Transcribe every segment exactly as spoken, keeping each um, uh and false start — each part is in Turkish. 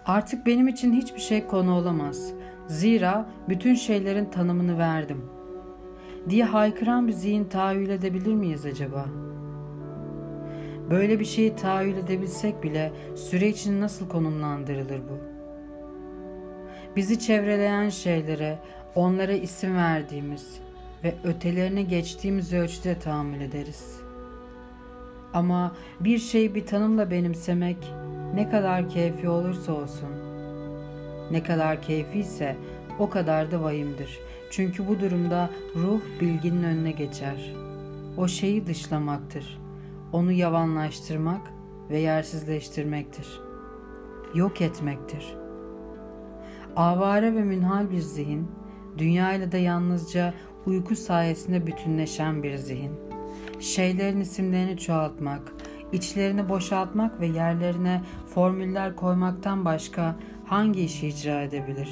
Artık benim için hiçbir şey konu olamaz. Zira bütün şeylerin tanımını verdim diye haykıran bir zihin tahayyül edebilir miyiz acaba? Böyle bir şeyi tahayyül edebilsek bile süre için nasıl konumlandırılır bu? Bizi çevreleyen şeylere, onlara isim verdiğimiz ve ötelerine geçtiğimiz ölçüde tahammül ederiz. Ama bir şeyi bir tanımla benimsemek ne kadar keyfi olursa olsun, ne kadar keyfiyse o kadar da vahimdir. Çünkü bu durumda ruh bilginin önüne geçer. O şeyi dışlamaktır. Onu yavanlaştırmak ve yersizleştirmektir. Yok etmektir. Avare ve münhal bir zihin, dünyayla da yalnızca uyku sayesinde bütünleşen bir zihin. Şeylerin isimlerini çoğaltmak, içlerini boşaltmak ve yerlerine formüller koymaktan başka hangi işi icra edebilir?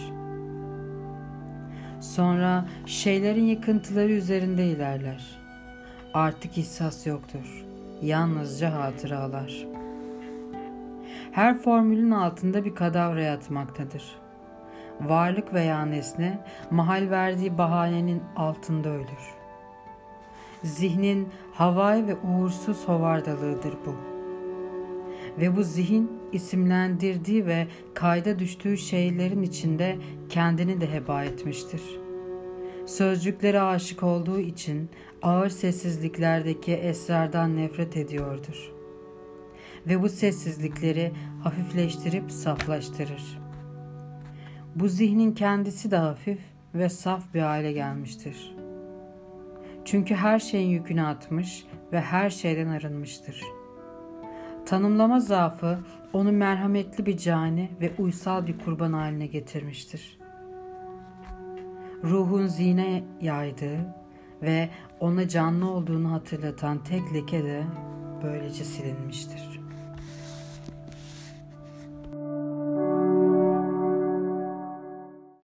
Sonra şeylerin yıkıntıları üzerinde ilerler. Artık ihsas yoktur. Yalnızca hatıralar. Her formülün altında bir kadavra yatmaktadır. Varlık veya nesne mahal verdiği bahanenin altında ölür. Zihnin havai ve uğursuz hovardalığıdır bu. Ve bu zihin isimlendirdiği ve kayda düştüğü şeylerin içinde kendini de heba etmiştir. Sözcüklere aşık olduğu için ağır sessizliklerdeki esrardan nefret ediyordur. Ve bu sessizlikleri hafifleştirip saflaştırır. Bu zihnin kendisi de hafif ve saf bir hale gelmiştir. Çünkü her şeyin yükünü atmış ve her şeyden arınmıştır. Tanımlama zaafı onu merhametli bir cani ve uysal bir kurban haline getirmiştir. Ruhun zihne yaydığı ve ona canlı olduğunu hatırlatan tek leke de böylece silinmiştir.